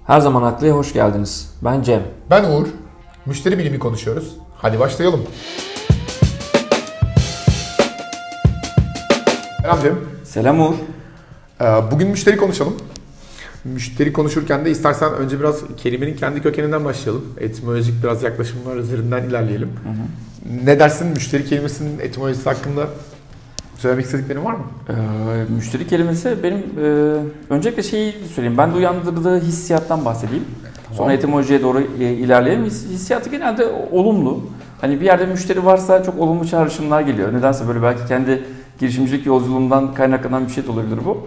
Her zaman haklıya hoş geldiniz. Ben Cem. Ben Uğur. Müşteri bilimi konuşuyoruz. Hadi başlayalım. Selam Cem. Selam Uğur. Bugün müşteri konuşalım. Müşteri konuşurken de istersen önce biraz kelimenin kendi kökeninden başlayalım. Etimolojik biraz yaklaşımlar üzerinden ilerleyelim. Ne dersin müşteri kelimesinin etimolojisi hakkında söylemek istediklerin var mı? Müşteri kelimesi benim öncelikle şeyi söyleyeyim. Ben de uyandırdığı hissiyattan bahsedeyim. Tamam. Sonra etimolojiye doğru ilerleyelim. Hissiyatı genelde olumlu. Hani bir yerde müşteri varsa çok olumlu çağrışımlar geliyor. Nedense böyle belki kendi girişimcilik yolculuğumdan kaynaklanan bir şey de olabilir bu.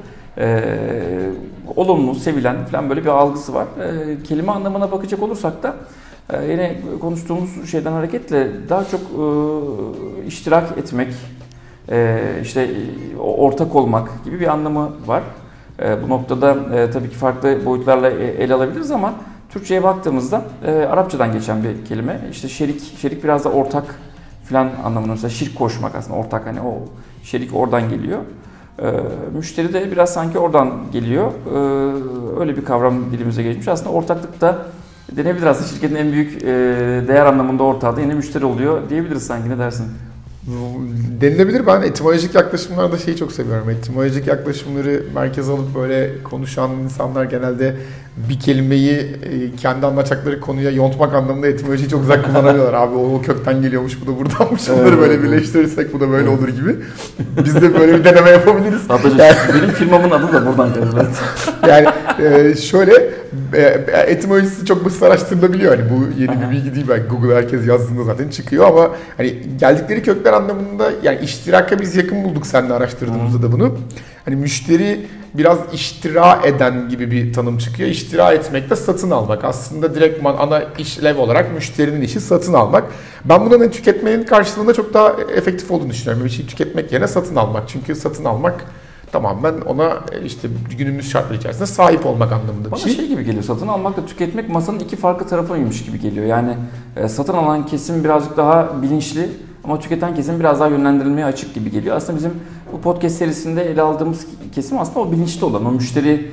Olumlu, sevilen falan böyle bir algısı var. Kelime anlamına bakacak olursak da yine konuştuğumuz şeyden hareketle daha çok iştirak etmek, işte ortak olmak gibi bir anlamı var. Bu noktada tabii ki farklı boyutlarla ele alabiliriz ama Türkçe'ye baktığımızda Arapçadan geçen bir kelime. İşte şerik biraz da ortak falan anlamında. Mesela şirk koşmak aslında ortak, hani o şerik oradan geliyor. Müşteri de biraz sanki oradan geliyor. Öyle bir kavram dilimize geçmiş. Aslında ortaklık da denebilir, aslında şirketin en büyük değer anlamında ortağı da yine müşteri oluyor diyebiliriz sanki, ne dersin? Denilebilir. Ben etimolojik yaklaşımlarda şeyi çok seviyorum. Etimolojik yaklaşımları merkeze alıp böyle konuşan insanlar genelde bir kelimeyi kendi anlatacakları konuya yontmak anlamında etimolojiyi çok güzel kullanabiliyorlar. Abi o kökten geliyormuş, bu da buradanmış. Bunları böyle birleştirirsek bu da böyle olur gibi. Biz de böyle bir deneme yapabiliriz. Hatta benim firmamın adı da buradan geliyor. Yani şöyle etimolojisi çok basit araştırılabiliyor. Hani bu yeni bir bilgi değil, belki Google'a herkes yazdığında zaten çıkıyor ama hani geldikleri kökler anlamında, yani iştiraka biz yakın bulduk seninle araştırdığımızda da bunu. Hani müşteri biraz iştira eden gibi bir tanım çıkıyor. İştira etmek de satın almak. Aslında direktman ana işlev olarak müşterinin işi satın almak. Ben bunun tüketmenin karşılığında çok daha efektif olduğunu düşünüyorum. Bir şeyi tüketmek yerine satın almak. Çünkü satın almak tamamen ona işte günümüz şartları içerisinde sahip olmak anlamında bir şey. Bana şey gibi geliyor, satın almakla tüketmek masanın iki farklı tarafıymış gibi geliyor. Yani satın alan kesim birazcık daha bilinçli ama tüketen kesim biraz daha yönlendirilmeye açık gibi geliyor. Aslında bizim bu podcast serisinde ele aldığımız kesim aslında o bilinçli olan, o müşteri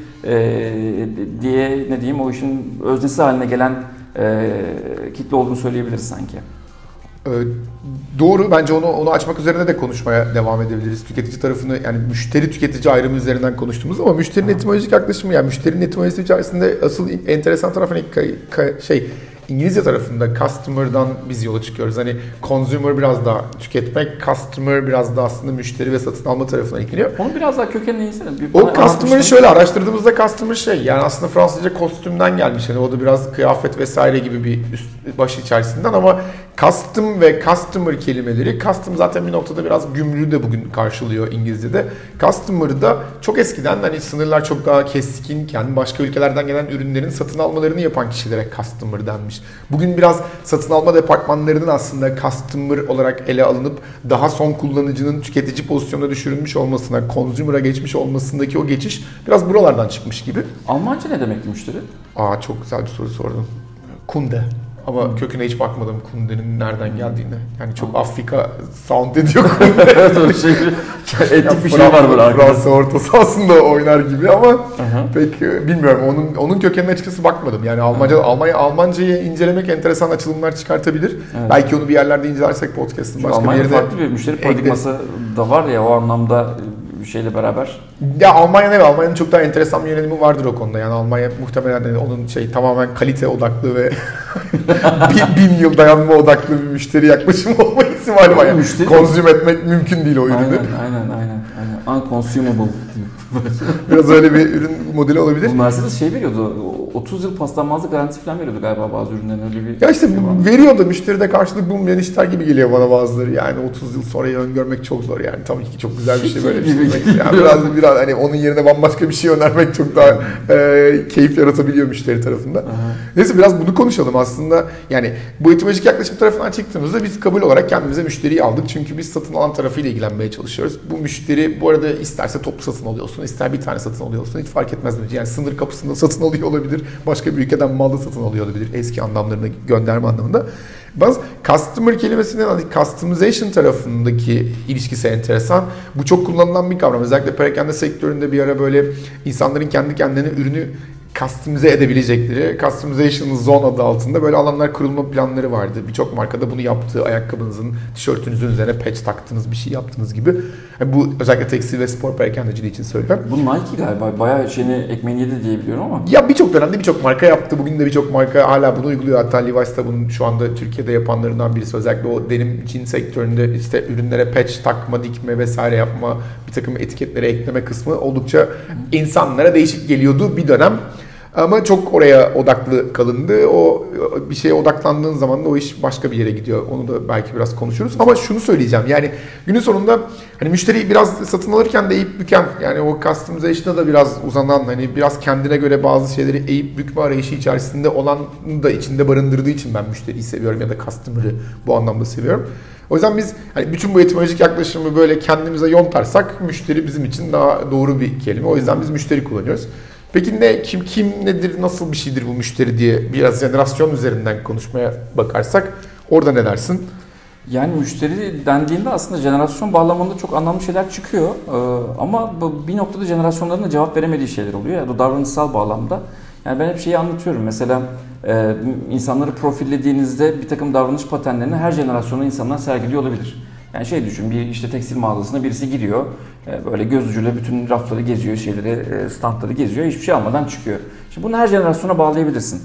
diye ne diyeyim, o işin öznesi haline gelen kitle olduğunu söyleyebiliriz sanki. Doğru. Bence onu açmak üzerine de konuşmaya devam edebiliriz. Tüketici tarafını, yani müşteri tüketici ayrımı üzerinden konuştuğumuz ama müşterinin etimolojik yaklaşımı, yani müşterinin etimolojisi içerisinde asıl enteresan taraf hani İngilizce tarafında customer'dan biz yola çıkıyoruz. Hani consumer biraz daha tüketmek, customer biraz daha aslında müşteri ve satın alma tarafına ekleniyor. Onu biraz daha kökenine insene. O customer'ı şöyle araştırdığımızda customer yani aslında Fransızca kostümden gelmiş. Yani o da biraz kıyafet vesaire gibi bir üst baş içerisinden, ama custom ve customer kelimeleri, custom zaten bir noktada biraz gümrüğü de bugün karşılıyor İngilizce'de. Customer'ı da çok eskiden, hani sınırlar çok daha keskinken başka ülkelerden gelen ürünlerin satın almalarını yapan kişilere customer denmiş. Bugün biraz satın alma departmanlarının aslında customer olarak ele alınıp daha son kullanıcının tüketici pozisyonuna düşürülmüş olmasına, consumer'a geçmiş olmasındaki o geçiş biraz buralardan çıkmış gibi. Almanca ne demekti müşteri? Çok güzel bir soru sordun. Kunde. Ama köküne hiç bakmadım Kunde'nin nereden geldiğine. Yani çok Afrika sound ediyor Kunde. Etik bir şey var böyle arkada. Fransa orta sahasında oynar gibi ama pek bilmiyorum. Onun kökenine açıkçası bakmadım. Yani Almancayı incelemek enteresan açılımlar çıkartabilir. Evet. Belki onu bir yerlerde incelersek podcast'ın başka bir yerinde. Farklı bir müşteri paradigması da var ya o anlamda şeyle beraber. Ya Almanya'nın çok daha enteresan bir yönelimi vardır o konuda. Yani Almanya muhtemelen onun tamamen kalite odaklı ve 1000 yıl dayanma odaklı bir müşteri yaklaşımı olma ihtimali var. Yani konsume etmek mümkün değil o ürünü. Aynen. Unconsumable. Biraz öyle bir ürün modeli olabilir. Bu Mercedes veriyordu. 30 yıl paslanmazlık garantisi falan veriyordu galiba bazı ürünlerin, öyle bir. Ya işte veriyor da müşteri de karşılık bulmayan işler gibi geliyor bana bazıları. Yani 30 yıl sonrayı öngörmek çok zor yani. Tabii ki çok güzel bir şey böyle bir şey. Yani biraz hani onun yerine bambaşka bir şey önermek çok daha keyif yaratabiliyor müşteri tarafında. Aha. Neyse biraz bunu konuşalım aslında. Yani bu etimolojik yaklaşım tarafından çıktığımızda biz kabul olarak kendimize müşteriyi aldık. Çünkü biz satın alan tarafıyla ilgilenmeye çalışıyoruz. Bu müşteri bu arada isterse toplu satın alıyorsun, ister bir tane satın alıyorsun, hiç fark etmez. Yani sınır kapısında satın alıyor olabilir. Başka bir ülkeden malda satın alıyor olabilir. Eski anlamlarına gönderme anlamında. Bazı customer kelimesinin customization tarafındaki ilişkisi enteresan. Bu çok kullanılan bir kavram. Özellikle perakende sektöründe bir ara böyle insanların kendi kendilerine ürünü customize edebilecekleri Customization Zone adı altında böyle alanlar kurulma planları vardı. Birçok markada bunu yaptı. Ayakkabınızın, tişörtünüzün üzerine patch taktınız, bir şey yaptınız gibi. Yani bu özellikle tekstil ve spor perakendeciliği için söylüyorum. Bu Nike galiba bayağı şeyini ekmeğini yedi diye biliyorum ama. Ya birçok dönemde birçok marka yaptı. Bugün de birçok marka hala bunu uyguluyor. Hatta Levi's de bunun şu anda Türkiye'de yapanlarından birisi. Özellikle o denim jean sektöründe işte ürünlere patch takma, dikme vesaire yapma, bir takım etiketlere ekleme kısmı oldukça insanlara değişik geliyordu bir dönem. Ama çok oraya odaklı kalındı. O bir şeye odaklandığın zaman da o iş başka bir yere gidiyor. Onu da belki biraz konuşuruz. Ama şunu söyleyeceğim. Yani günün sonunda hani müşteriyi biraz satın alırken de eğip büken, yani o customization'a da biraz uzanan, hani biraz kendine göre bazı şeyleri eğip bükme arayışı içerisinde olan da içinde barındırdığı için ben müşteriyi seviyorum ya da customer'ı bu anlamda seviyorum. O yüzden biz hani bütün bu etimolojik yaklaşımı böyle kendimize yontarsak müşteri bizim için daha doğru bir kelime. O yüzden biz müşteri kullanıyoruz. Peki kim nedir, nasıl bir şeydir bu müşteri diye biraz jenerasyon üzerinden konuşmaya bakarsak orada ne dersin? Yani müşteri dendiğinde aslında jenerasyon bağlamında çok anlamlı şeyler çıkıyor. Ama bir noktada jenerasyonların da cevap veremediği şeyler oluyor ya da davranışsal bağlamda. Yani ben hep şeyi anlatıyorum. Mesela insanları profillediğinizde bir takım davranış paternlerini her jenerasyonda insanlar sergiliyor olabilir. Yani şey düşün, bir işte tekstil mağazasına birisi giriyor, böyle göz ucuyla bütün rafları geziyor, standları geziyor, hiçbir şey almadan çıkıyor. Şimdi bunu her jenerasyona bağlayabilirsin.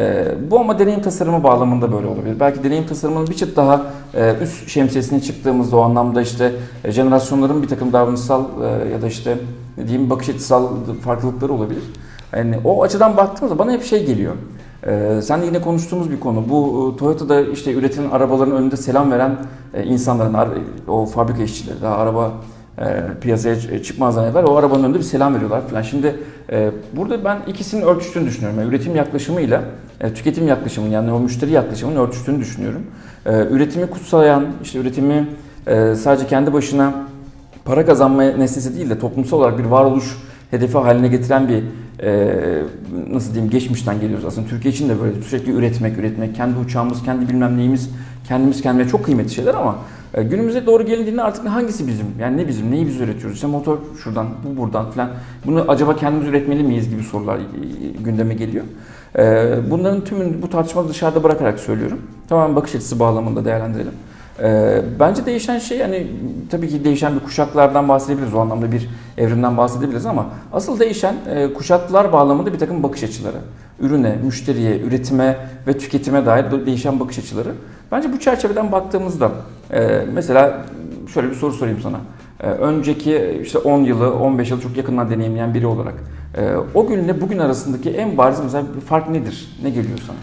Bu ama deneyim tasarımı bağlamında böyle olabilir. Belki deneyim tasarımının bir çıt daha üst şemsiyesine çıktığımızda o anlamda işte jenerasyonların bir takım davranışsal ya da işte ne diyeyim bakış açısal farklılıkları olabilir. Yani o açıdan baktığımızda bana hep şey geliyor. Sen yine konuştuğumuz bir konu. Bu Toyota'da işte üretilen arabaların önünde selam veren insanların, o fabrika işçileri, daha araba piyasaya çıkmazdan evvel o arabanın önünde bir selam veriyorlar falan. Şimdi burada ben ikisinin örtüştüğünü düşünüyorum. Yani üretim yaklaşımıyla tüketim yaklaşımının, yani o müşteri yaklaşımının örtüştüğünü düşünüyorum. Üretimi kutsayan, işte üretimi sadece kendi başına para kazanma nesnesi değil de toplumsal olarak bir varoluş hedefi haline getiren bir nasıl diyeyim geçmişten geliyoruz aslında. Türkiye için de böyle sürekli üretmek, kendi uçağımız, kendi bilmem neyimiz, kendimiz kendine çok kıymetli şeyler ama günümüze doğru gelindiğinde artık hangisi bizim? Yani ne bizim, neyi biz üretiyoruz? İşte motor şuradan, bu buradan falan. Bunu acaba kendimiz üretmeli miyiz gibi sorular gündeme geliyor. Bunların tümünü bu tartışmayı dışarıda bırakarak söylüyorum. Tamamen bakış açısı bağlamında değerlendirelim. Bence değişen şey, hani tabii ki değişen bir kuşaklardan bahsedebiliriz, o anlamda bir evrimden bahsedebiliriz ama asıl değişen kuşaklar bağlamında bir takım bakış açıları. Ürüne, müşteriye, üretime ve tüketime dair değişen bakış açıları. Bence bu çerçeveden baktığımızda mesela şöyle bir soru sorayım sana. Önceki işte 10 yılı, 15 yılı çok yakından deneyimleyen biri olarak o günle bugün arasındaki en bariz mesela bir fark nedir? Ne geliyor sana?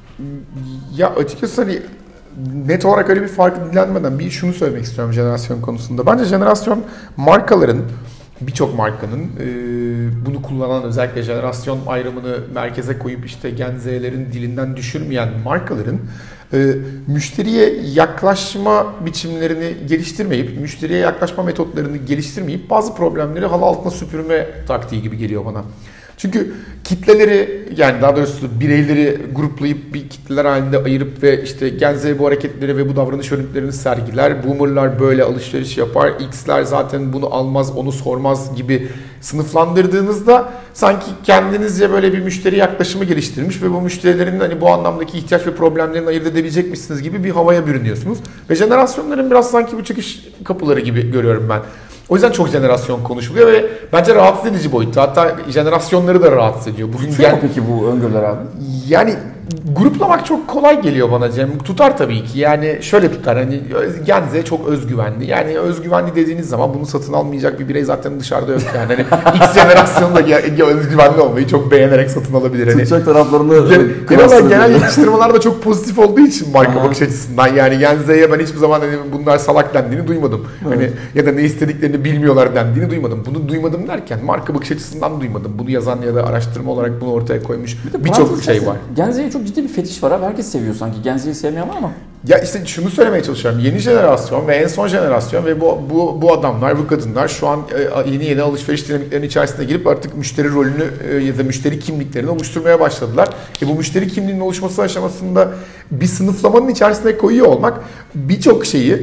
Ya açıkçası hani net olarak öyle bir farkı dilenmeden bir şunu söylemek istiyorum jenerasyon konusunda. Bence jenerasyon markaların, birçok markanın bunu kullanan, özellikle jenerasyon ayrımını merkeze koyup işte Gen Z'lerin dilinden düşürmeyen markaların müşteriye yaklaşma biçimlerini geliştirmeyip, müşteriye yaklaşma metotlarını geliştirmeyip bazı problemleri halı altına süpürme taktiği gibi geliyor bana. Çünkü kitleleri, yani daha doğrusu bireyleri gruplayıp bir kitleler halinde ayırıp ve işte Gen Z bu hareketleri ve bu davranış örüntülerini sergiler. Boomer'lar böyle alışveriş yapar. X'ler zaten bunu almaz, onu sormaz gibi sınıflandırdığınızda sanki kendinizce böyle bir müşteri yaklaşımı geliştirmiş ve bu müşterilerin hani bu anlamdaki ihtiyaç ve problemlerini ayırt edebilecekmişsiniz gibi bir havaya bürünüyorsunuz. Ve jenerasyonların biraz sanki bu çıkış kapıları gibi görüyorum ben. O yüzden çok jenerasyon konuşuluyor ve bence rahatsız edici boyutta. Hatta jenerasyonları da rahatsız ediyor. Bugün peki bu öngörüler abi? Yani gruplamak çok kolay geliyor bana Cem. Tutar tabii ki. Yani şöyle tutar. Hani Gen Z çok özgüvenli. Yani özgüvenli dediğiniz zaman bunu satın almayacak bir birey zaten dışarıda yok yani. Hani X jenerasyonu da özgüvenli olmayı çok beğenerek satın alabilir. Hani tutacak taraflarını genel yakıştırmalar da çok pozitif olduğu için marka bakış açısından. Yani Gen Z'ye ben hiçbir zaman hani bunlar salak dendiğini duymadım. Evet. Hani ya da ne istediklerini bilmiyorlar dendiğini duymadım. Bunu duymadım derken marka bakış açısından duymadım. Bunu yazan ya da araştırma olarak bunu ortaya koymuş birçok şey var. Gen Z'ye çok ciddi bir fetiş var abi. Herkes seviyor sanki. Gen Z'yi sevmeyen var ama. Ya işte şunu söylemeye çalışıyorum. Yeni jenerasyon ve en son jenerasyon ve bu adamlar, bu kadınlar şu an yeni alışveriş dinamiklerinin içerisine girip artık müşteri rolünü ya da müşteri kimliklerini oluşturmaya başladılar. Bu müşteri kimliğinin oluşması aşamasında bir sınıflamanın içerisine koyuyor olmak birçok şeyi,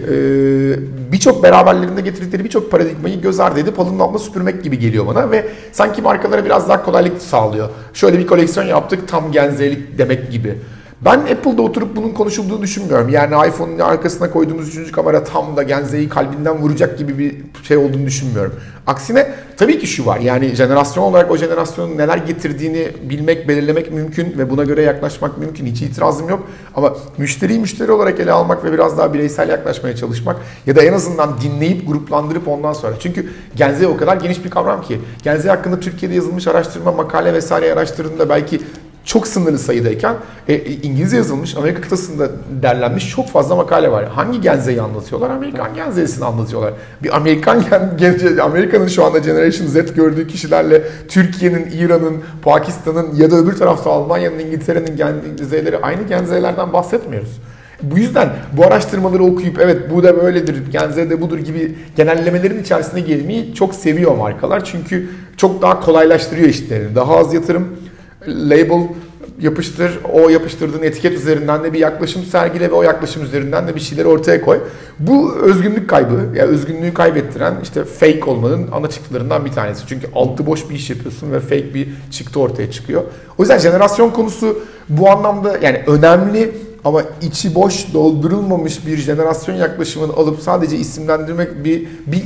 birçok beraberlerinde getirdikleri birçok paradigmayı göz ardı edip halının altına süpürmek gibi geliyor bana ve sanki markalara biraz daha kolaylık sağlıyor. Şöyle bir koleksiyon yaptık, tam genzelik demek gibi. Ben Apple'da oturup bunun konuşulduğunu düşünmüyorum. Yani iPhone'un arkasına koyduğumuz 3. kamera tam da genzeyi kalbinden vuracak gibi bir şey olduğunu düşünmüyorum. Aksine tabii ki şu var. Yani jenerasyon olarak o jenerasyonun neler getirdiğini bilmek, belirlemek mümkün ve buna göre yaklaşmak mümkün. Hiç itirazım yok. Ama müşteriyi müşteri olarak ele almak ve biraz daha bireysel yaklaşmaya çalışmak ya da en azından dinleyip gruplandırıp ondan sonra. Çünkü genzey o kadar geniş bir kavram ki. Genzey hakkında Türkiye'de yazılmış araştırma, makale vesaire araştırdığında belki çok sınırlı sayıdayken İngilizce yazılmış, Amerika kıtasında derlenmiş çok fazla makale var. Hangi genzeyi anlatıyorlar? Amerikan genzeyisini anlatıyorlar. Bir Amerika'nın şu anda Generation Z gördüğü kişilerle Türkiye'nin, İran'ın, Pakistan'ın ya da öbür tarafta Almanya'nın, İngiltere'nin genzeyleri aynı genzeylerden bahsetmiyoruz. Bu yüzden bu araştırmaları okuyup evet bu da böyledir, genzey de budur gibi genellemelerin içerisine girmeyi çok seviyor markalar. Çünkü çok daha kolaylaştırıyor işlerini. Daha az yatırım, label yapıştır, o yapıştırdığın etiket üzerinden de bir yaklaşım sergile ve o yaklaşım üzerinden de bir şeyleri ortaya koy. Bu özgünlük kaybı, yani özgünlüğü kaybettiren işte fake olmanın ana çıktılarından bir tanesi. Çünkü altı boş bir iş yapıyorsun ve fake bir çıktı ortaya çıkıyor. O yüzden jenerasyon konusu bu anlamda yani önemli ama içi boş, doldurulmamış bir jenerasyon yaklaşımını alıp sadece isimlendirmek bir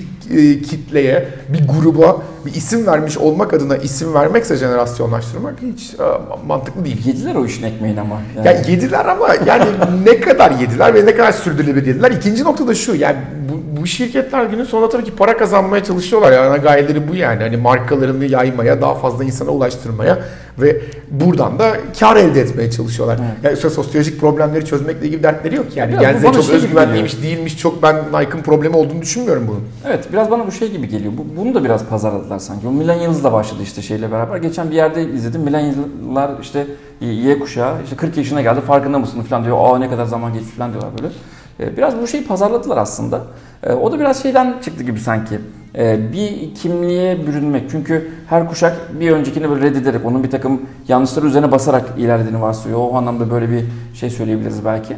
kitleye, bir gruba bir isim vermiş olmak adına isim vermekse jenerasyonlaştırmak hiç mantıklı değil. Yediler o işin ekmeğini ama. Yani. Ya yediler ama yani ne kadar yediler ve ne kadar sürdürülebilir yediler. İkinci nokta da şu, yani bu şirketler günün sonunda tabii ki para kazanmaya çalışıyorlar. Yani gayeleri bu yani. Hani markalarını yaymaya, daha fazla insana ulaştırmaya ve buradan da kar elde etmeye çalışıyorlar. Evet. Yani sosyolojik problemleri çözmekle ilgili dertleri yok. Yani Genzey çok özgüvenliymiş, değilmiş. Çok ben Nike'ın problemi olduğunu düşünmüyorum bunun. Evet, biraz bana bu şey gibi geliyor. Bunu da biraz pazarladılar sanki. O Millennials'la başladı işte şeyle beraber. Geçen bir yerde izledim. Millennial'lar işte Y kuşağı işte 40 yaşına geldi, farkında mısın falan diyor. Aa ne kadar zaman geçti falan diyorlar böyle. Biraz bu şeyi pazarladılar aslında. O da biraz şeyden çıktı gibi sanki. Bir kimliğe bürünmek. Çünkü her kuşak bir öncekini böyle reddederek, onun bir takım yanlışları üzerine basarak ilerlediğini varsayıyor. O anlamda böyle bir şey söyleyebiliriz belki.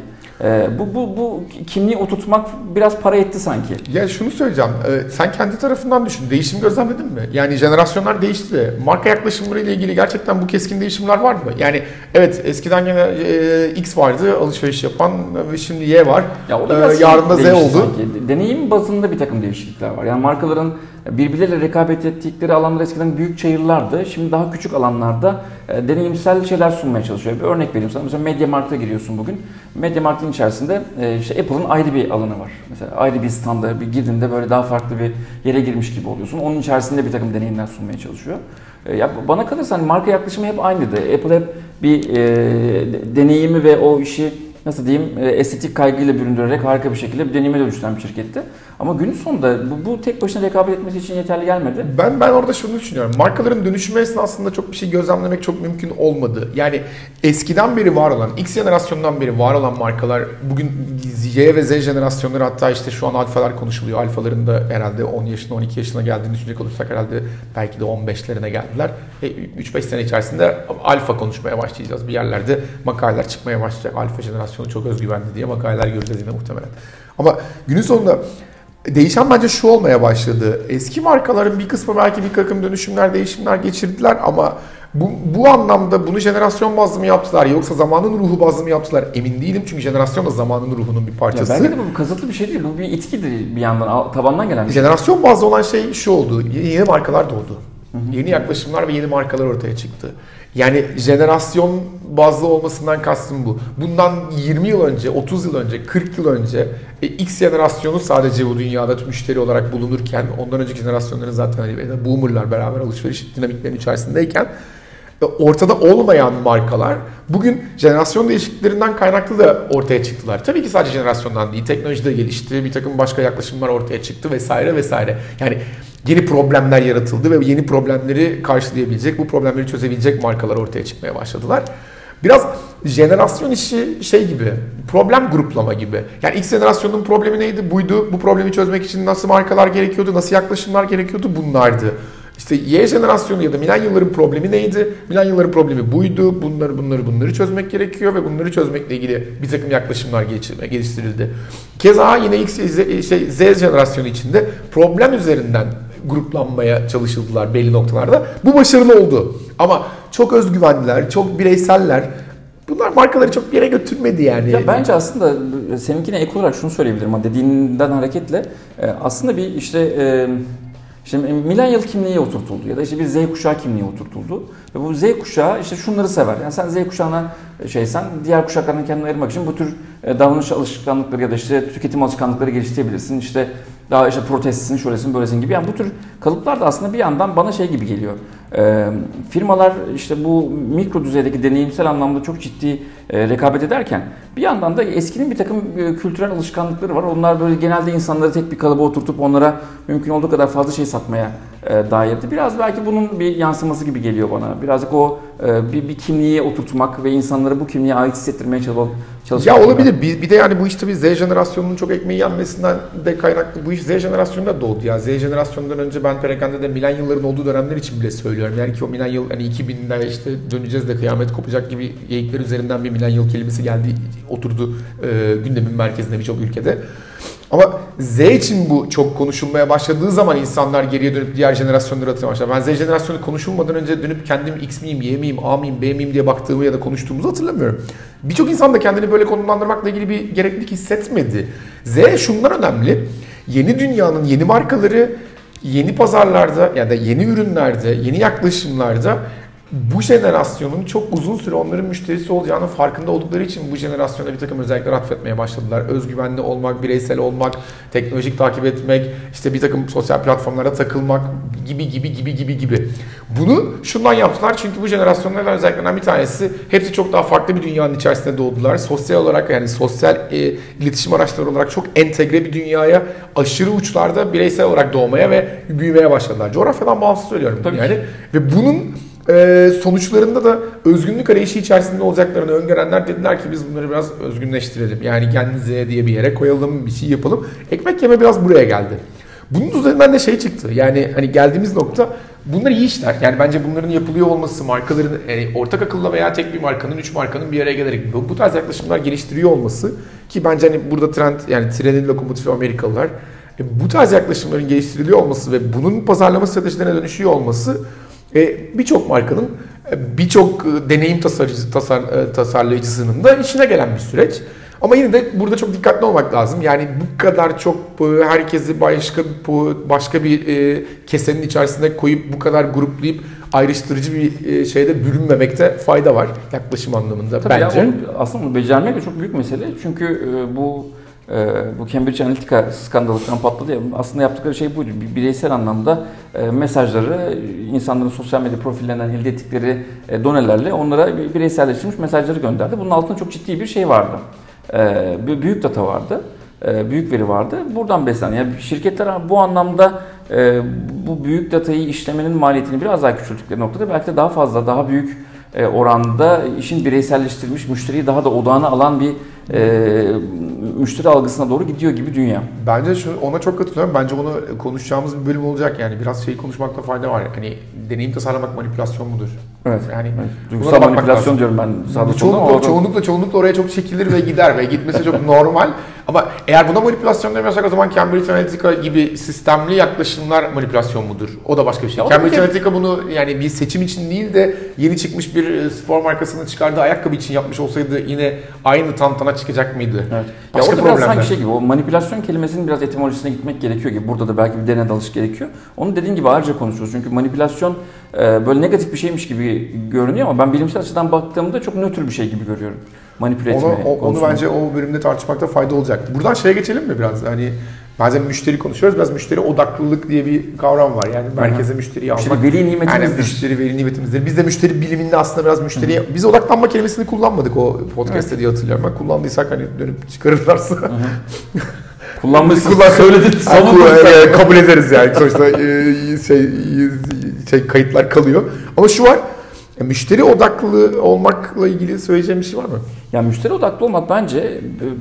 Bu kimliği oturtmak biraz para etti sanki. Ya şunu söyleyeceğim. Sen kendi tarafından düşün. Değişim gözlemledin mi? Yani jenerasyonlar değişti. Marka yaklaşımları ile ilgili gerçekten bu keskin değişimler var mı? Yani evet, eskiden gene X vardı alışveriş yapan ve şimdi Y var. Ya yarın da Z oldu. Sanki. Deneyim bazında bir takım değişiklikler var. Yani markaların birbirleriyle rekabet ettikleri alanlar eskiden büyük çayırlardı. Şimdi daha küçük alanlarda deneyimsel şeyler sunmaya çalışıyor. Bir örnek vereyim sana. Mesela MediaMarkt'a giriyorsun bugün. MediaMarkt'ın içerisinde işte Apple'ın ayrı bir alanı var. Mesela ayrı bir standa bir girdiğinde böyle daha farklı bir yere girmiş gibi oluyorsun. Onun içerisinde bir takım deneyimler sunmaya çalışıyor. Ya bana kalırsa hani marka yaklaşımı hep aynıydı. Apple hep bir deneyimi ve o işi nasıl diyeyim estetik kaygıyla büründürerek harika bir şekilde bir deneyime dönüştüren bir şirketti. Ama günün sonunda bu tek başına rekabet etmesi için yeterli gelmedi. Ben orada şunu düşünüyorum. Markaların dönüşümü esnasında çok bir şey gözlemlemek çok mümkün olmadı. Yani eskiden beri var olan, X jenerasyonundan beri var olan markalar bugün Y ve Z jenerasyonları, hatta işte şu an alfalar konuşuluyor. Alfaların da herhalde 10 yaşına 12 yaşına geldiğini düşünecek olursak herhalde belki de 15'lerine geldiler. 3-5 sene içerisinde alfa konuşmaya başlayacağız. Bir yerlerde makaleler çıkmaya başlayacak. Alfa jenerasyonu çok özgüvenli diye makaleler göreceğiz yine muhtemelen. Ama günün sonunda değişen bence şu olmaya başladı. Eski markaların bir kısmı belki bir takım dönüşümler, değişimler geçirdiler ama bu anlamda bunu jenerasyon bazlı mı yaptılar yoksa zamanın ruhu bazlı mı yaptılar emin değilim. Çünkü jenerasyon da zamanın ruhunun bir parçası. Ya belki de bu kasıtlı bir şey değil. Bu bir itkidir bir yandan. Tabandan gelen bir şey. Jenerasyon bazlı olan şey şu oldu. Yeni markalar doğdu. Yeni yaklaşımlar ve yeni markalar ortaya çıktı. Yani jenerasyon bazlı olmasından kastım bu. Bundan 20 yıl önce, 30 yıl önce, 40 yıl önce X jenerasyonu sadece bu dünyada müşteri olarak bulunurken, ondan önceki jenerasyonların zaten hani boomerlar beraber alışveriş dinamiklerinin içerisindeyken ortada olmayan markalar bugün jenerasyon değişikliklerinden kaynaklı da ortaya çıktılar. Tabii ki sadece jenerasyondan değil, teknoloji de gelişti, bir takım başka yaklaşımlar ortaya çıktı vesaire vesaire. Yani yeni problemler yaratıldı ve yeni problemleri karşılayabilecek, bu problemleri çözebilecek markalar ortaya çıkmaya başladılar. Biraz jenerasyon işi şey gibi, problem gruplama gibi. Yani X jenerasyonun problemi neydi? Buydu. Bu problemi çözmek için nasıl markalar gerekiyordu? Nasıl yaklaşımlar gerekiyordu? Bunlardı. İşte Y jenerasyonu ya da milenyılların problemi neydi? Milenyılların problemi buydu. Bunları çözmek gerekiyor ve bunları çözmekle ilgili bir takım yaklaşımlar geliştirildi. Keza yine Z jenerasyonu içinde problem üzerinden gruplanmaya çalışıldılar belli noktalarda. Bu başarılı oldu. Ama çok özgüvenliler, çok bireyseller. Bunlar markaları çok bir yere götürmedi yani. Ya bence aslında seninkine ek olarak şunu söyleyebilirim. Dediğinden hareketle aslında bir işte milenyal kimliğe oturtuldu ya da işte bir Z kuşağı kimliğe oturtuldu. Ve bu Z kuşağı işte şunları sever. Yani sen Z kuşağına sen diğer kuşaklardan kendini ayırmak için bu tür davranış alışkanlıkları ya da işte tüketim alışkanlıkları geliştirebilirsin. İşte daha işte protestsin, şöylesin, böylesin gibi. Yani bu tür kalıplar da aslında bir yandan bana şey gibi geliyor. Firmalar işte bu mikro düzeydeki deneyimsel anlamda çok ciddi rekabet ederken bir yandan da eskinin bir takım kültürel alışkanlıkları var. Onlar böyle genelde insanları tek bir kalıba oturtup onlara mümkün olduğu kadar fazla şey satmaya dairdi. Biraz belki bunun bir yansıması gibi geliyor bana. Birazcık o bir kimliğe oturtmak ve insanları bu kimliğe ait hissettirmeye çalışmak. Ya olabilir. Bir de yani bu işte bir Z jenerasyonunun çok ekmeği yenmesinden de kaynaklı. Bu iş Z jenerasyonunda doğdu ya. Z jenerasyonundan önce ben Perakende milenyılların olduğu dönemler için bile söylüyorum. Yani ki o milenyıl hani 2000'de işte döneceğiz de kıyamet kopacak gibi geyikler üzerinden bir milenyıl kelimesi geldi, oturdu gündemin merkezinde birçok ülkede. Ama Z için bu çok konuşulmaya başladığı zaman insanlar geriye dönüp diğer jenerasyonları hatırlamaya başlar. Ben Z jenerasyonu konuşulmadan önce dönüp kendim X miyim, Y miyim, A mıyım, B miyim diye baktığımı ya da konuştuğumuzu hatırlamıyorum. Birçok insan da kendini böyle konumlandırmakla ilgili bir gereklilik hissetmedi. Z şundan önemli. Yeni dünyanın yeni markaları, yeni pazarlarda ya da yeni ürünlerde, yeni yaklaşımlarda bu jenerasyonun çok uzun süre onların müşterisi olacağının farkında oldukları için bu jenerasyona bir takım özellikler atfetmeye başladılar. Özgüvenli olmak, bireysel olmak, teknolojik takip etmek, işte bir takım sosyal platformlara takılmak gibi. Bunu şundan yaptılar çünkü bu jenerasyonlardan özelliklerinden bir tanesi hepsi çok daha farklı bir dünyanın içerisinde doğdular. Sosyal olarak yani sosyal iletişim araçları olarak çok entegre bir dünyaya aşırı uçlarda bireysel olarak doğmaya ve büyümeye başladılar. Coğrafyadan bağımsız söylüyorum bunu yani. Ve bunun sonuçlarında da özgünlük arayışı içerisinde olacaklarını öngörenler dediler ki biz bunları biraz özgünleştirelim. Yani kendinize diye bir yere koyalım, bir şey yapalım. Ekmek yeme biraz buraya geldi. Bunun üzerinden de şey çıktı. Yani hani geldiğimiz nokta bunlar iyi işler. Yani bence bunların yapılıyor olması, markaların ortak akılla veya tek bir markanın, 3 markanın bir araya gelerek bu tarz yaklaşımlar geliştiriyor olması ki bence hani burada trendin lokomotifi Amerikalılar. Bu tarz yaklaşımların geliştiriliyor olması ve bunun pazarlama stratejilerine dönüşüyor olması birçok markanın, birçok deneyim tasarlayıcısının da işine gelen bir süreç. Ama yine de burada çok dikkatli olmak lazım. Yani bu kadar çok herkesi başka bir kesenin içerisinde koyup bu kadar gruplayıp ayrıştırıcı bir şeyde bürünmemekte fayda var yaklaşım anlamında. Tabii bence. Ya aslında bunu becermek de çok büyük mesele. Çünkü bu Cambridge Analytica skandalından patladı ya, aslında yaptıkları şey buydu. Bireysel anlamda mesajları insanların sosyal medya profillerinden elde ettikleri donelerle onlara bireyselleştirilmiş mesajları gönderdi. Bunun altında çok ciddi bir şey vardı. Büyük data vardı. Büyük veri vardı. Buradan beslendi. Yani şirketler bu anlamda bu büyük datayı işlemenin maliyetini biraz daha küçülttükleri noktada belki de daha fazla, daha büyük oranda işin bireyselleştirilmiş, müşteriyi daha da odağına alan bir müşteri algısına doğru gidiyor gibi dünya. Bence ona çok katılıyorum. Bence onu konuşacağımız bir bölüm olacak. Yani biraz konuşmakta fayda var. Hani deneyim tasarlamak manipülasyon mudur? Evet. Yani duygusal manipülasyon diyorum ben. Çoğunlukla oraya çok çekilir ve gider ve gitmesi çok normal. Ama eğer buna manipülasyon demiyorsak o zaman Cambridge Analytica gibi sistemli yaklaşımlar manipülasyon mudur? O da başka bir şey. Cambridge Analytica bunu yani bir seçim için değil de yeni çıkmış bir spor markasının çıkardığı ayakkabı için yapmış olsaydı yine aynı tantana çıkacak mıydı? Evet. Başka ya orada biraz sanki şey gibi, o manipülasyon kelimesinin biraz etimolojisine gitmek gerekiyor gibi. Burada da belki bir deney dalış gerekiyor. Onu dediğin gibi ayrıca konuşuyoruz. Çünkü manipülasyon böyle negatif bir şeymiş gibi görünüyor ama ben bilimsel açıdan baktığımda çok nötr bir şey gibi görüyorum. Manipüle etme onu bence o bölümde tartışmakta fayda olacak. Buradan şeye geçelim mi biraz? Hani bazen müşteri konuşuyoruz. Biraz müşteri odaklılık diye bir kavram var. Yani merkeze müşteriyi almak. Müşteri veli nimetimizdir. Yani müşteri veli nimetimizdir. Biz de müşteri biliminde aslında biraz müşteriye... Biz odaklanma kelimesini kullanmadık o podcast'te diye hatırlıyorum. Ben kullandıysak hani dönüp çıkarırlarsa... Kullanmışsın, söyledin, savundun. Kabul ederiz yani. Sonuçta kayıtlar kalıyor. Ama şu var. Müşteri odaklı olmakla ilgili söyleyeceğim bir şey var mı? Ya müşteri odaklı olmak bence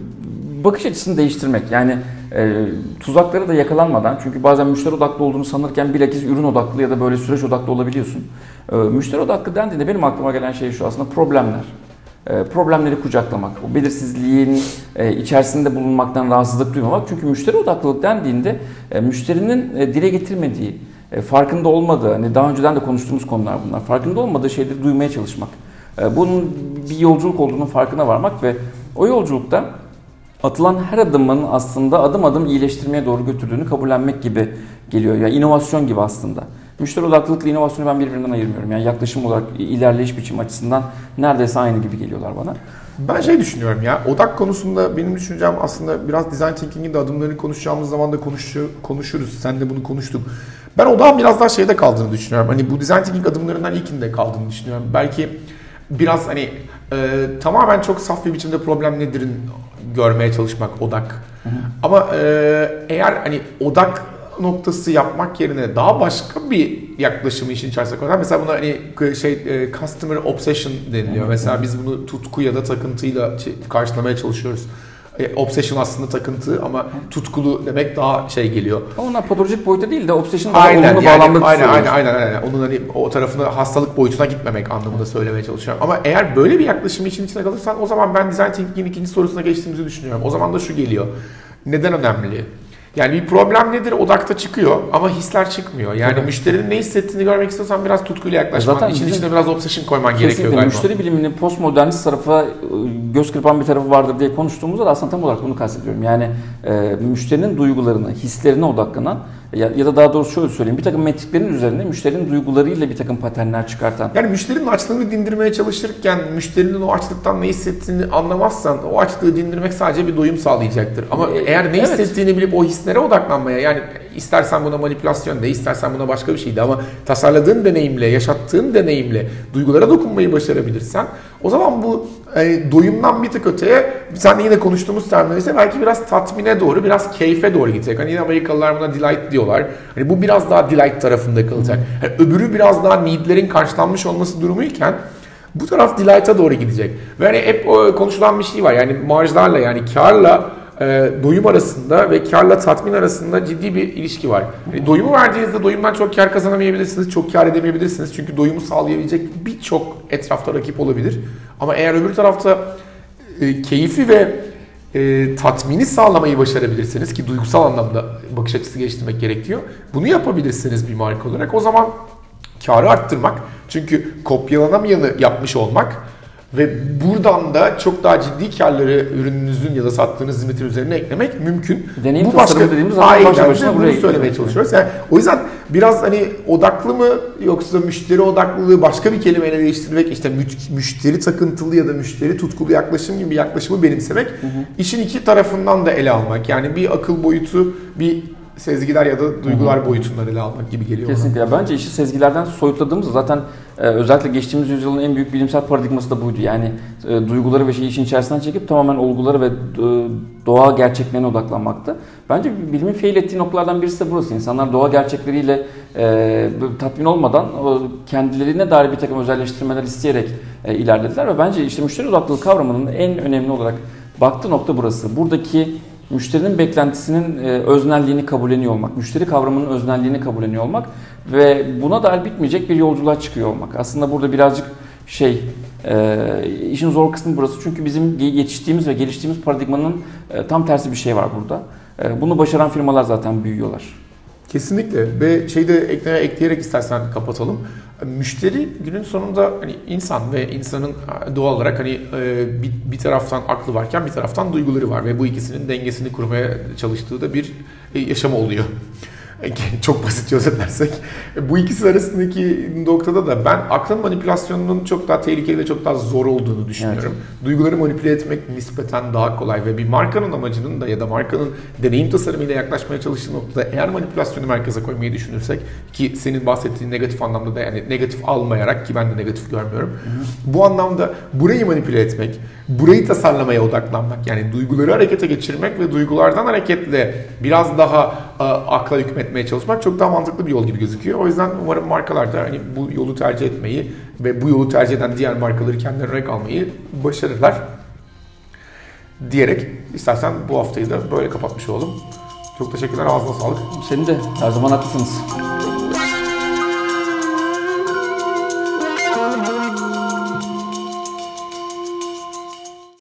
bakış açısını değiştirmek. Yani tuzaklara da yakalanmadan, çünkü bazen müşteri odaklı olduğunu sanırken bilakis ürün odaklı ya da böyle süreç odaklı olabiliyorsun. Müşteri odaklı dendiğinde benim aklıma gelen şey şu: aslında problemler. Problemleri kucaklamak, o belirsizliğin içerisinde bulunmaktan rahatsızlık duymamak. Çünkü müşteri odaklılık dendiğinde müşterinin dile getirmediği, farkında olmadığı, hani daha önceden de konuştuğumuz konular bunlar, farkında olmadığı şeyleri duymaya çalışmak. Bunun bir yolculuk olduğunun farkına varmak ve o yolculukta atılan her adımın aslında adım adım iyileştirmeye doğru götürdüğünü kabullenmek gibi geliyor. Yani inovasyon gibi aslında. Müşteri odaklılıkla inovasyonu ben birbirinden ayırmıyorum. Yani yaklaşım olarak, ilerleyiş biçim açısından neredeyse aynı gibi geliyorlar bana. Ben düşünüyorum ya, odak konusunda benim düşüncem aslında biraz design thinking'in de adımlarını konuşacağımız zaman da konuşuruz. Sen de bunu konuştuk. Ben odağın biraz daha şeyde kaldığını düşünüyorum. Hani bu design thinking adımlarından ilkinde kaldığını düşünüyorum. Belki biraz hani tamamen çok saf bir biçimde problem nedir'in görmeye çalışmak odak. Hı hı. Ama eğer hani odak noktası yapmak yerine daha başka bir yaklaşımı işin içerisine koyalım. Mesela buna hani customer obsession deniliyor. Mesela biz bunu tutku ya da takıntıyla karşılamaya çalışıyoruz. Obsession aslında takıntı ama tutkulu demek daha geliyor. Ama onlar patolojik boyuta değil de obsession daha olumlu bağlamda tutuyoruz. Aynen. Onun hani o tarafına, hastalık boyutuna gitmemek anlamında söylemeye çalışıyorum. Ama eğer böyle bir yaklaşımı için içine kalırsan, o zaman ben design thinking'in ikinci sorusuna geçtiğimizi düşünüyorum. O zaman da şu geliyor: neden önemli? Yani bir problem nedir? Odakta çıkıyor ama hisler çıkmüyor. Yani tabii, müşterinin ne hissettiğini görmek istiyorsan biraz tutkuyla yaklaşman, zaten için içine biraz obsession koyman gerekiyor galiba. Müşteri biliminin postmodernist tarafa göz kırpan bir tarafı vardır diye konuştuğumuzda da aslında tam olarak bunu kastediyorum. Yani müşterinin duygularına, hislerine odaklanan ya da daha doğrusu şöyle söyleyeyim, bir takım metriklerin üzerine müşterinin duygularıyla bir takım paternler çıkartan. Yani müşterinin açlığını dindirmeye çalışırken müşterinin o açlıktan ne hissettiğini anlamazsan o açlığı dindirmek sadece bir doyum sağlayacaktır. Ama eğer ne hissettiğini bilip o hislere odaklanmaya, yani istersen buna manipülasyon de, istersen buna başka bir şey de, ama tasarladığın deneyimle, yaşattığın deneyimle duygulara dokunmayı başarabilirsen, o zaman bu doyumdan bir tık öteye, sen de yine konuştuğumuz terminolojide belki biraz tatmine doğru, biraz keyfe doğru gidecek. Hani yine Amerikalılar buna delight diyorlar. Hani bu biraz daha delight tarafında kalacak. Yani öbürü biraz daha needlerin karşılanmış olması durumuyken bu taraf delight'a doğru gidecek. Ve hani hep konuşulan bir şey var. Yani marjlarla, yani karla doyum arasında ve karla tatmin arasında ciddi bir ilişki var. Yani doyumu verdiğinizde doyumdan çok kar kazanamayabilirsiniz, çok kar edemeyebilirsiniz. Çünkü doyumu sağlayabilecek birçok etrafta rakip olabilir. Ama eğer öbür tarafta keyfi ve tatmini sağlamayı başarabilirsiniz, ki duygusal anlamda bakış açısı geliştirmek gerekiyor, bunu yapabilirsiniz bir marka olarak. O zaman karı arttırmak, çünkü kopyalanamayanı yapmış olmak ve buradan da çok daha ciddi karları ürününüzün ya da sattığınız hizmetin üzerine eklemek mümkün. Deneyim tasarımı dediğimiz zaman başına bunu söylemeye çalışıyoruz. Yani o yüzden biraz hani odaklı mı yoksa müşteri odaklılığı başka bir kelimeyle değiştirmek, işte müşteri takıntılı ya da müşteri tutkulu yaklaşım gibi bir yaklaşımı benimsemek, işin iki tarafından da ele almak. Yani bir akıl boyutu, bir sezgiler ya da duygular boyutundan ele almak gibi geliyor. Kesinlikle. Ya bence işi sezgilerden soyutladığımızda zaten özellikle geçtiğimiz yüzyılın en büyük bilimsel paradigması da buydu. Yani duyguları ve şeyi işin içerisinden çekip tamamen olguları ve doğa gerçeklerine odaklanmaktı. Bence bilimin fail ettiği noktalardan birisi de burası. İnsanlar doğa gerçekleriyle tatmin olmadan kendilerine dair bir takım özelleştirmeler isteyerek ilerlediler ve bence işte müşteri odaklılık kavramının en önemli olarak baktığı nokta burası. Buradaki müşterinin beklentisinin öznelliğini kabulleniyor olmak, müşteri kavramının öznelliğini kabulleniyor olmak ve buna dair bitmeyecek bir yolculuğa çıkıyor olmak. Aslında burada birazcık işin zor kısmı burası. Çünkü bizim yetiştiğimiz ve geliştiğimiz paradigmanın tam tersi bir şey var burada. Bunu başaran firmalar zaten büyüyorlar. Kesinlikle. Ve ekleyerek istersen kapatalım. Müşteri günün sonunda hani insan ve insanın doğal olarak hani bir taraftan aklı varken bir taraftan duyguları var ve bu ikisinin dengesini kurmaya çalıştığı da bir yaşamı oluyor. Çok basitçe özetlersek. Bu ikisi arasındaki noktada da ben aklın manipülasyonunun çok daha tehlikeli ve çok daha zor olduğunu düşünüyorum. Evet. Duyguları manipüle etmek nispeten daha kolay ve bir markanın amacının da ya da markanın deneyim tasarımıyla yaklaşmaya çalıştığı noktada eğer manipülasyonu merkeze koymayı düşünürsek, ki senin bahsettiğin negatif anlamda da, yani negatif almayarak, ki ben de negatif görmüyorum. Bu anlamda burayı manipüle etmek, burayı tasarlamaya odaklanmak, yani duyguları harekete geçirmek ve duygulardan hareketle biraz daha akla hükmetmeye çalışmak çok daha mantıklı bir yol gibi gözüküyor. O yüzden umarım markalar da hani bu yolu tercih etmeyi ve bu yolu tercih eden diğer markaları kendilerine örnek almayı başarırlar. Diyerek istersen bu haftayı da böyle kapatmış olalım. Çok teşekkürler, ağzına sağlık. Senin de her zaman haklısınız.